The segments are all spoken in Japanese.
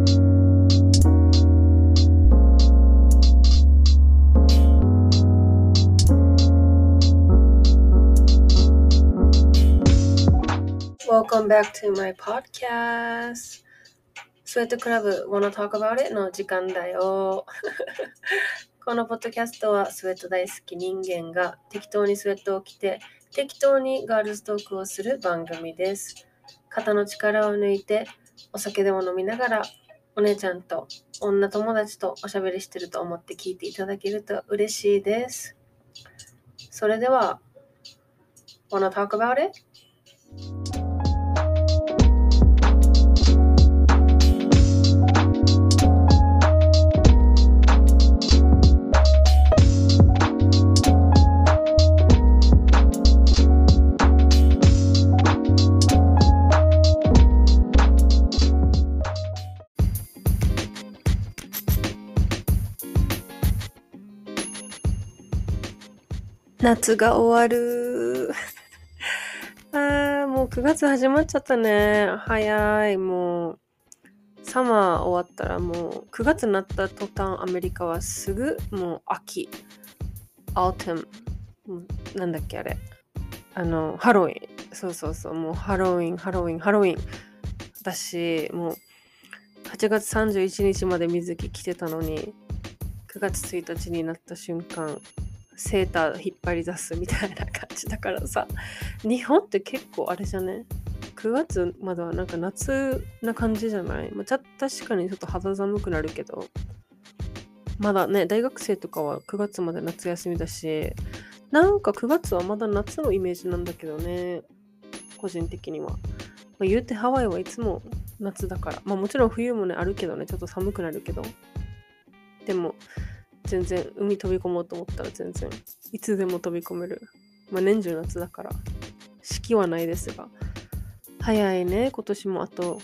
Welcome back to my podcast. スウェットクラブ Wanna Talk About It の時間だよ。このポッドキャストはスウェット大好き人間が適当にスウェットを着て適当にガールズトークをする番組です。肩の力を抜いてお酒でも飲みながらお姉ちゃんと女友達とおしゃべりしてると思って聞いていただけると嬉しいです。それでは Wanna Talk About It?夏が終わるもう9月始まっちゃったね。早い。もうサマー終わったらもう9月になった途端アメリカはすぐもう秋、アウトム、なんだっけあれ、ハロウィン、そうもうハロウィンだし、もう8月31日まで水着着てたのに9月1日になった瞬間セーター引っ張り出すみたいな感じだからさ、日本って結構あれじゃね、9月まではなんか夏な感じじゃない？確かにちょっと肌寒くなるけど、まだね、大学生とかは9月まで夏休みだし、なんか9月はまだ夏のイメージなんだけどね、個人的には。言うてハワイはいつも夏だから、もちろん冬もねあるけどね、ちょっと寒くなるけど、でも全然海飛び込もうと思ったら全然いつでも飛び込める。年中夏だから四季はないですが、早いね。今年もあと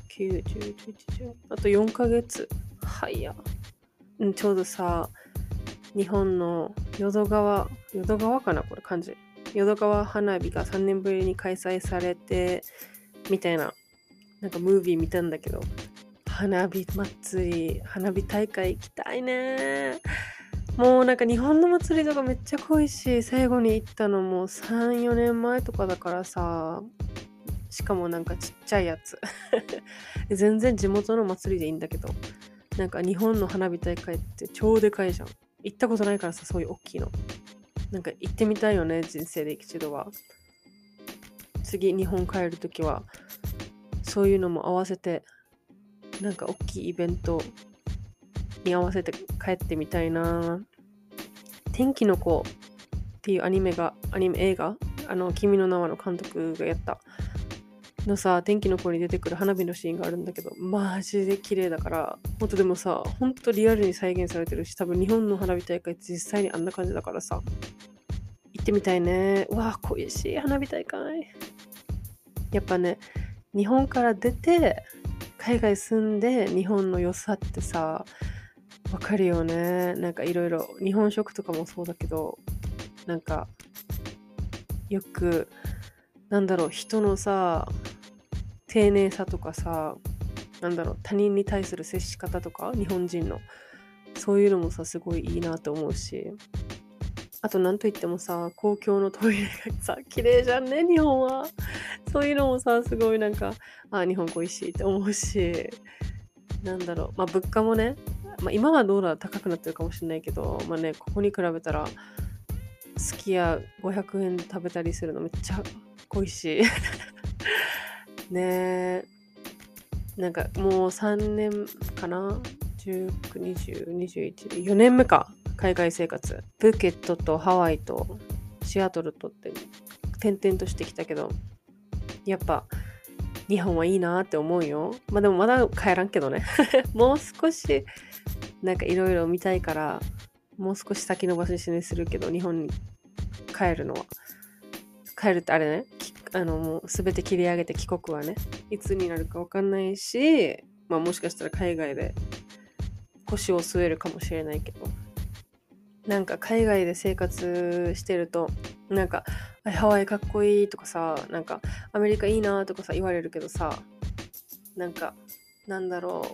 9、10、11、12あと4ヶ月。早ちょうどさ、日本の淀川かな、これ漢字。淀川花火が3年ぶりに開催されてみたいな、なんかムービー見たんだけど、花火祭り、花火大会行きたいね。もうなんか日本の祭りとかめっちゃ恋しい。最後に行ったのも3、4年前とかだからさ、しかもなんかちっちゃいやつ全然地元の祭りでいいんだけど、なんか日本の花火大会って超でかいじゃん。行ったことないからさ、そういう大きいのなんか行ってみたいよね、人生で一度は。次日本帰るときはそういうのも合わせて、なんか大きいイベントに合わせて帰ってみたいな。天気の子っていうアニメ映画、君の名はの監督がやったのさ、天気の子に出てくる花火のシーンがあるんだけど、マジで綺麗だから、本当でもさ、本当リアルに再現されてるし、多分日本の花火大会って実際にあんな感じだからさ、行ってみたいね。うわ、恋しい花火大会。やっぱね、日本から出て海外住んで日本の良さってさ、わかるよね。なんかいろいろ日本食とかもそうだけど、なんかよく人のさ丁寧さとかさ、他人に対する接し方とか、日本人のそういうのもさすごいいいなと思うし、あとなんといってもさ、公共のトイレがさ綺麗じゃんね、日本は。そういうのもさすごいなんか、日本恋しいって思うし、物価もね、今はどうだ高くなってるかもしれないけど、ここに比べたらすき家500円で食べたりするのめっちゃ恋しいねえ。なんかもう3年かな、19、20、21、4年目か、海外生活。プーケットとハワイとシアトルとって転々としてきたけど、やっぱ日本はいいなって思うよ。でもまだ帰らんけどねもう少しなんかいろいろ見たいから、もう少し先延ばしにするけど、日本に帰るってあれね、もうすべて切り上げて帰国はね、いつになるか分かんないし、もしかしたら海外で腰を据えるかもしれないけど、なんか海外で生活してると、なんかハワイかっこいいとかさ、なんかアメリカいいなとかさ言われるけどさ、なんか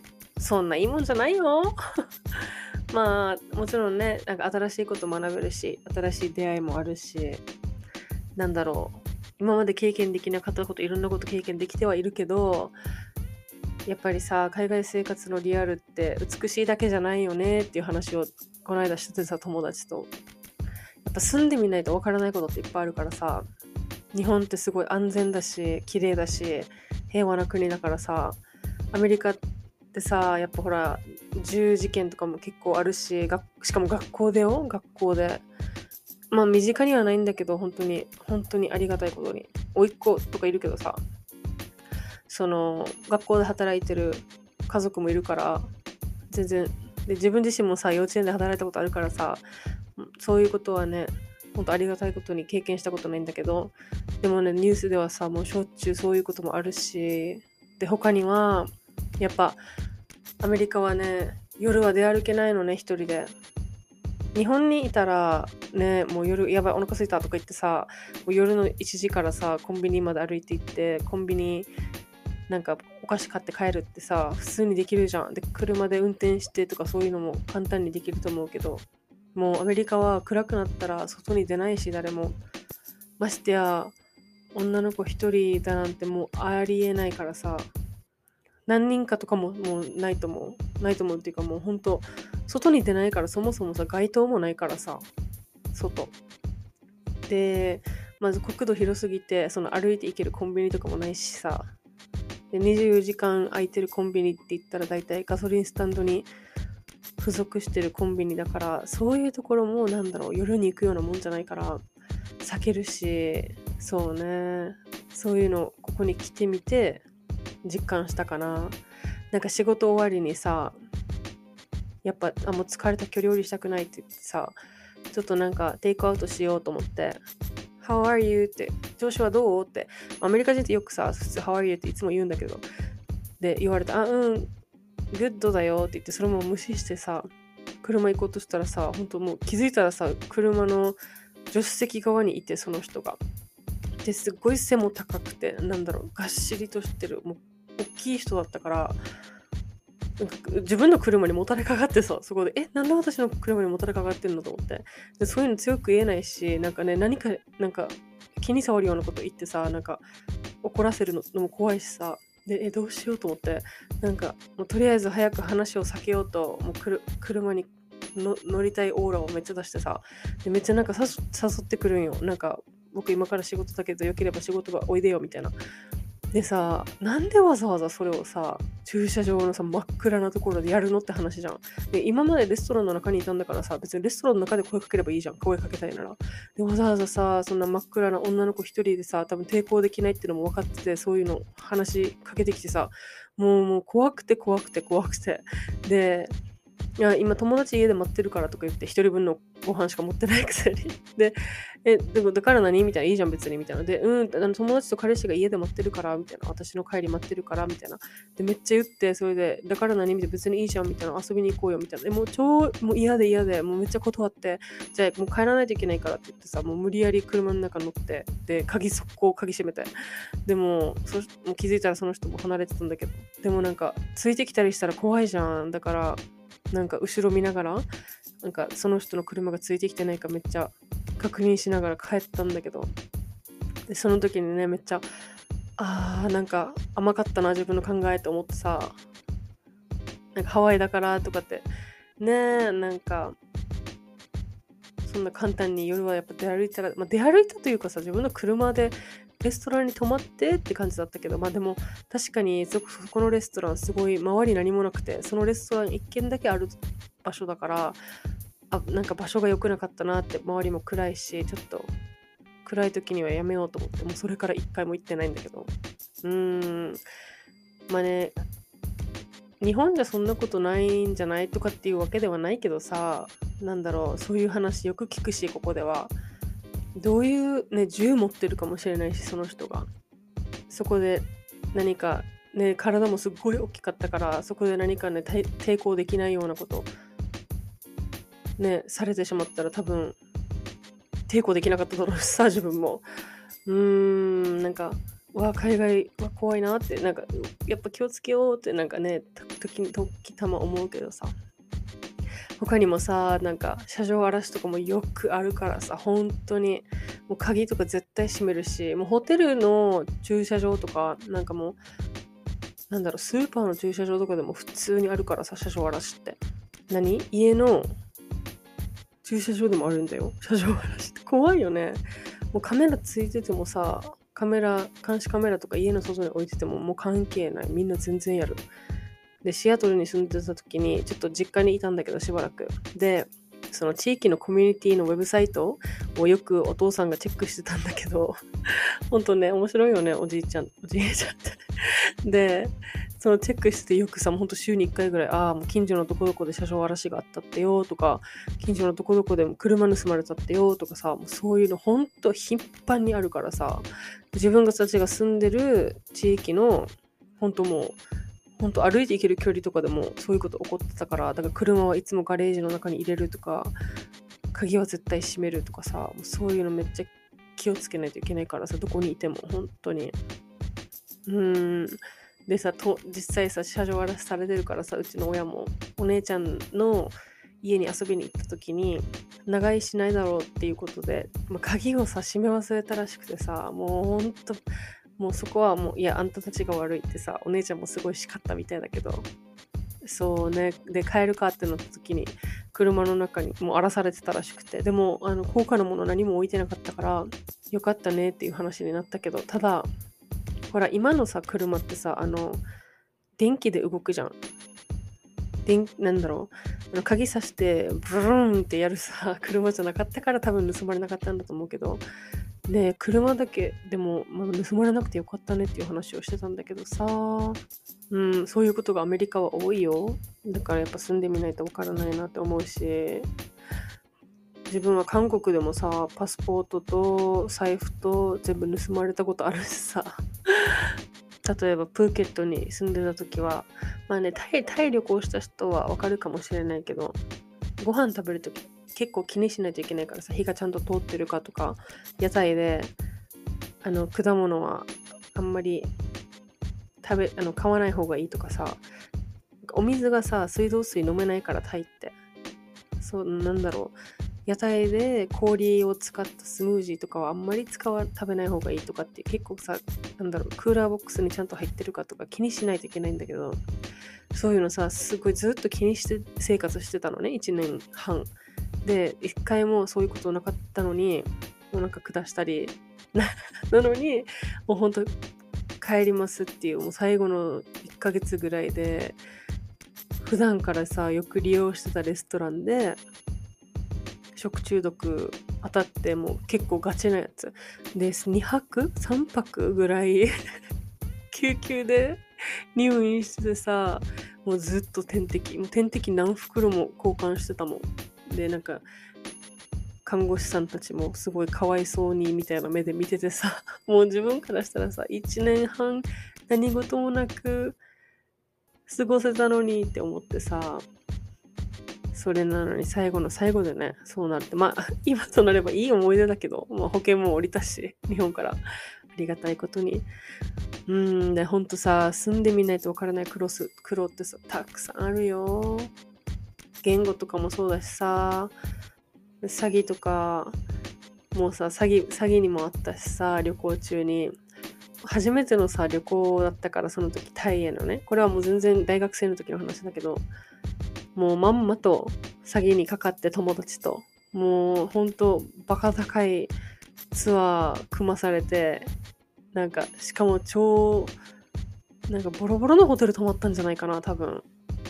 そんないいもんじゃないよ。まあもちろんね、なんか新しいこと学べるし、新しい出会いもあるし、なんだろう、今まで経験できなかったこと、いろんなこと経験できてはいるけど、やっぱりさ、海外生活のリアルって美しいだけじゃないよねっていう話をこの間しててさ、友達と。やっぱ住んでみないとわからないことっていっぱいあるからさ、日本ってすごい安全だし、綺麗だし、平和な国だからさ、アメリカってさ、やっぱほら、銃事件とかも結構あるし、しかも学校でよ、学校で。まあ身近にはないんだけど、本当にありがたいことに。甥っ子とかいるけどさ、その、学校で働いてる家族もいるから、全然、で、自分自身もさ、幼稚園で働いたことあるからさ、そういうことはね、本当ありがたいことに経験したことないんだけど、でもね、ニュースではさ、もうしょっちゅうそういうこともあるし、で、他には、やっぱ、アメリカはね、夜は出歩けないのね、一人で。日本にいたら、ね、もう夜、やばい、お腹空いたとか言ってさ、もう夜の1時からさ、コンビニまで歩いて行って、コンビニ、なんかお菓子買って帰るってさ、普通にできるじゃん。で、車で運転してとかそういうのも簡単にできると思うけど、もうアメリカは暗くなったら外に出ないし、誰も。ましてや、女の子一人だなんてもうありえないからさ、何人かとかももうないと思う。ないと思うっていうかもうほんと、外に出ないからそもそもさ、街灯もないからさ、外。で、まず国土広すぎて、その歩いて行けるコンビニとかもないしさ、で24時間空いてるコンビニって言ったら大体ガソリンスタンドに付属してるコンビニだから、そういうところもなんだろう、夜に行くようなもんじゃないから避けるし、そうね、そういうのここに来てみて実感したかな。なんか仕事終わりにさ、やっぱもう疲れた、今日料理したくないって言ってさ、ちょっとなんかテイクアウトしようと思って、How are you? って、調子はどうって、アメリカ人ってよくさ、普通 How are you? っていつも言うんだけど、で言われた、グッドだよって言って、それも無視してさ、車行こうとしたらさ、本当もう気づいたらさ、車の助手席側にいて、その人が。ですっごい背も高くて、なんだろう、がっしりとしてる、もう大きい人だったから、なんか自分の車にもたれかかってさ、そこで、なんで私の車にもたれかかってんのと思って。で、そういうの強く言えないし、なんかね、何か、なんか気に障るようなこと言ってさ、なんか怒らせるのも怖いしさ、で、どうしようと思って、なんか、もうとりあえず早く話を避けようと、もう車に乗りたいオーラをめっちゃ出してさ、でめっちゃなんか誘ってくるんよ。なんか、僕今から仕事だけど、よければ仕事がおいでよ、みたいな。でさ、なんでわざわざそれをさ、駐車場のさ、真っ暗なところでやるのって話じゃん。で、今までレストランの中にいたんだからさ、別にレストランの中で声かければいいじゃん。声かけたいなら。で、わざわざさ、そんな真っ暗な女の子一人でさ、多分抵抗できないっていうのも分かってて、そういうの話しかけてきてさ、もう怖くて怖くて怖くて。で、いや、今友達家で待ってるからとか言って、一人分のご飯しか持ってないくせに。で、でもだから何みたいな、いいじゃん別にみたいな。で、友達と彼氏が家で待ってるから、みたいな。私の帰り待ってるから、みたいな。で、めっちゃ言って、それで、だから何みたいな、別にいいじゃんみたいな。遊びに行こうよみたいな。でももう嫌で、もうめっちゃ断って、じゃあもう帰らないといけないからって言ってさ、もう無理やり車の中乗って、で、速攻鍵閉めて。でもう気づいたらその人も離れてたんだけど、でもなんか、ついてきたりしたら怖いじゃん。だから、なんか後ろ見ながら、なんかその人の車がついてきてないかめっちゃ確認しながら帰ったんだけど、でその時にね、めっちゃなんか甘かったな自分の考えと思ってさ、なんかハワイだからとかってねえ、なんかそんな簡単に夜はやっぱ出歩いたら、出歩いたというかさ、自分の車でレストランに泊まってって感じだったけど、でも確かにそこのレストランすごい周り何もなくて、そのレストラン一軒だけある場所だから、なんか場所が良くなかったなって、周りも暗いし、ちょっと暗い時にはやめようと思って、もうそれから一回も行ってないんだけど、ね、日本じゃそんなことないんじゃないとかっていうわけではないけどさ、なんだろう、そういう話よく聞くし、ここではどういうね、銃持ってるかもしれないし、その人がそこで何かね、体もすっごい大きかったから、そこで何かね、抵抗できないようなことね、されてしまったら多分抵抗できなかっただろうしさ、自分もなんか海外は怖いなって、なんかやっぱ気をつけようってなんかね、時たま思うけどさ。他にもさ、なんか車上荒らしとかもよくあるからさ、本当にもう鍵とか絶対閉めるし、もうホテルの駐車場とか、なんかもうスーパーの駐車場とかでも普通にあるからさ、車上荒らしって。家の駐車場でもあるんだよ。車上荒らしって怖いよね。もうカメラついててもさ、監視カメラとか家の外に置いててももう関係ない。みんな全然やる。で、シアトルに住んでた時に、ちょっと実家にいたんだけど、しばらく。で、その地域のコミュニティのウェブサイトをよくお父さんがチェックしてたんだけど、ほんとね、面白いよね、おじいちゃんって。で、そのチェックしててよくさ、もうほんと週に1回ぐらい、もう近所のどこどこで車上荒らしがあったってよとか、近所のどこどこでも車盗まれたってよとかさ、もうそういうのほんと頻繁にあるからさ、自分たちが住んでる地域の、ほんと歩いて行ける距離とかでもそういうこと起こってたから、だから車はいつもガレージの中に入れるとか、鍵は絶対閉めるとかさ、もうそういうのめっちゃ気をつけないといけないからさ、どこにいても本当に。でさ、実際さ、車上荒らしされてるからさ、うちの親もお姉ちゃんの家に遊びに行った時に長居しないだろうっていうことで、鍵をさ閉め忘れたらしくてさ、もうほんともうそこはもう、いやあんたたちが悪いってさ、お姉ちゃんもすごい叱ったみたいだけど、そうね。で帰るかってなった時に車の中にもう荒らされてたらしくて、でも高価なもの何も置いてなかったからよかったねっていう話になったけど、ただほら今のさ車ってさ電気で動くじゃん。鍵さしてブルーンってやるさ車じゃなかったから多分盗まれなかったんだと思うけど、で車だけでも、盗まれなくてよかったねっていう話をしてたんだけどさ、そういうことがアメリカは多いよ。だからやっぱ住んでみないとわからないなって思うし、自分は韓国でもさ、パスポートと財布と全部盗まれたことあるしさ例えばプーケットに住んでた時は、タイ旅行した人はわかるかもしれないけど、ご飯食べるとき結構気にしないといけないからさ、火がちゃんと通ってるかとか、屋台で果物はあんまり買わない方がいいとかさ、お水がさ水道水飲めないからタイって、屋台で氷を使ったスムージーとかはあんまり食べない方がいいとかって結構さ、クーラーボックスにちゃんと入ってるかとか気にしないといけないんだけど、そういうのさすごいずっと気にして生活してたのね、1年半で。1回もそういうことなかったのに、お腹下したりなのに、もうほんと帰りますっていう、もう最後の1ヶ月ぐらいで、普段からさよく利用してたレストランで食中毒当たって、もう結構ガチなやつで、2泊3泊ぐらい救急で入院しててさ、もうずっと点滴何袋も交換してたもん。で看護師さんたちもすごいかわいそうにみたいな目で見ててさ、もう自分からしたらさ、1年半何事もなく過ごせたのにって思ってさ、それなのに最後の最後でね、そうなって、今となればいい思い出だけど、保険も降りたし、日本からありがたいことに。でほんとさ、住んでみないとわからない苦労ってさ、たくさんあるよ。言語とかもそうだしさ、詐欺とかもうさ、詐欺にもあったしさ、旅行中に初めてのさ旅行だったから、その時タイへのね、これはもう全然大学生の時の話だけど、もうまんまと詐欺にかかって、友達ともうほんとバカ高いツアー組まされて、しかも超ボロボロのホテル泊まったんじゃないかな多分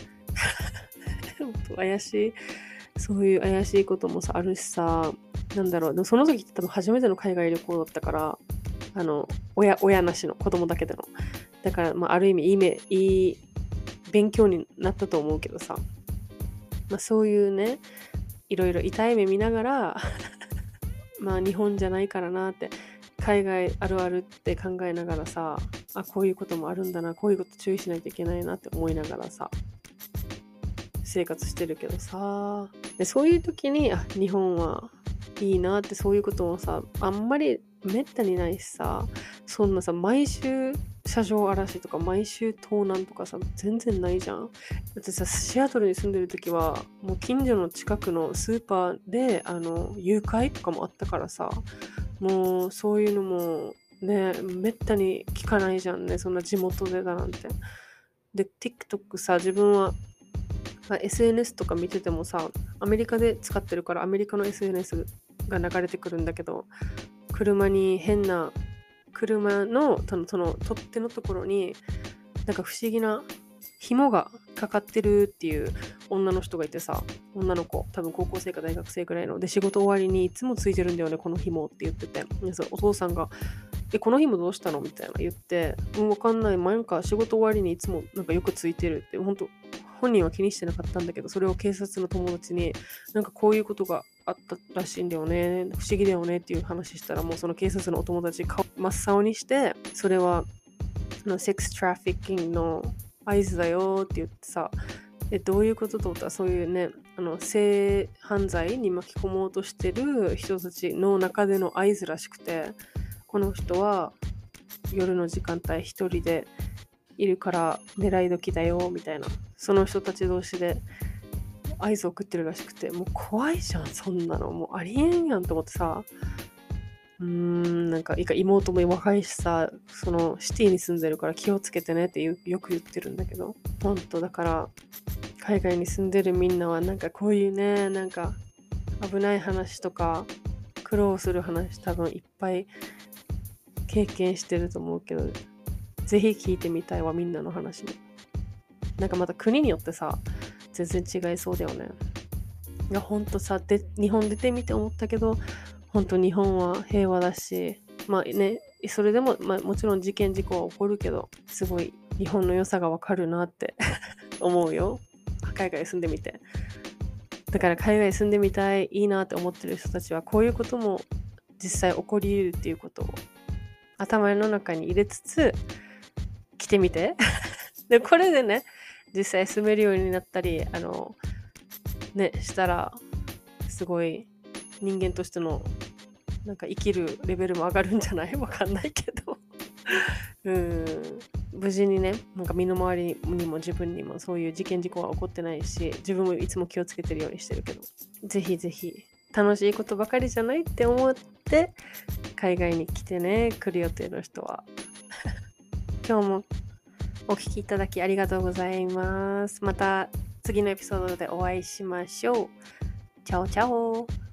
そういう怪しいこともさあるしさ、でもその時って多分初めての海外旅行だったから、親なしの子供だけでの、だからある意味いい勉強になったと思うけどさ、そういうね、いろいろ痛い目見ながら日本じゃないからなって、海外あるあるって考えながらさ、こういうこともあるんだな、こういうこと注意しないといけないなって思いながらさ生活してるけどさ、でそういう時に日本はいいなって、そういうことをさあんまりめったにないしさ、そんなさ、毎週車上荒らしとか毎週盗難とかさ、全然ないじゃん。だってさ、シアトルに住んでる時は、もう近所の近くのスーパーで、誘拐とかもあったからさ、もうそういうのもね、めったに聞かないじゃんね、そんな地元でだなんて。で、TikTok さ、自分は、SNS とか見ててもさ、アメリカで使ってるからアメリカの SNS が流れてくるんだけど、車に変な車のその取っ手のところになんか不思議な紐がかかってるっていう女の人がいてさ、女の子多分高校生か大学生くらいので、仕事終わりにいつもついてるんだよねこの紐って言ってて、でそうお父さんがこの紐どうしたのみたいな言って、わかんない、なんか仕事終わりにいつもなんかよくついてるって、本人は気にしてなかったんだけど、それを警察の友達になんかこういうことがあったらしいんだよね、不思議だよねっていう話したら、もうその警察のお友達顔真っ青にして、それはセックストラフィッキングの合図だよって言ってさ、どういうことと思ったら、そういうね、性犯罪に巻き込もうとしてる人たちの中での合図らしくて、この人は夜の時間帯一人でいるから狙い時だよみたいな、その人たち同士で合図を送ってるらしくて、もう怖いじゃんそんなの、もうありえんやんと思ってさ、なんか妹も若いしさ、そのシティに住んでるから気をつけてねってよく言ってるんだけど、本当だから海外に住んでるみんなはなんかこういうね、なんか危ない話とか苦労する話多分いっぱい経験してると思うけど、ぜひ聞いてみたいわ、みんなの話も。なんかまた国によってさ、全然違いそうだよね。いや、ほんとさ、日本出てみて思ったけど、ほんと日本は平和だし、まあね、それでも、もちろん事件事故は起こるけど、すごい日本の良さがわかるなって思うよ。海外住んでみて。だから海外住んでみたい、いいなって思ってる人たちは、こういうことも実際起こり得るっていうことを頭の中に入れつつ来てみて。で、これでね、実際住めるようになったり、したら、すごい人間としてのなんか生きるレベルも上がるんじゃない？わかんないけど。無事にね、なんか身の回りにも自分にもそういう事件事故は起こってないし、自分もいつも気をつけてるようにしてるけど、ぜひぜひ楽しいことばかりじゃないって思って海外に来てね、来る予定の人は。今日もお聞きいただきありがとうございます。また次のエピソードでお会いしましょう。チャオチャオ。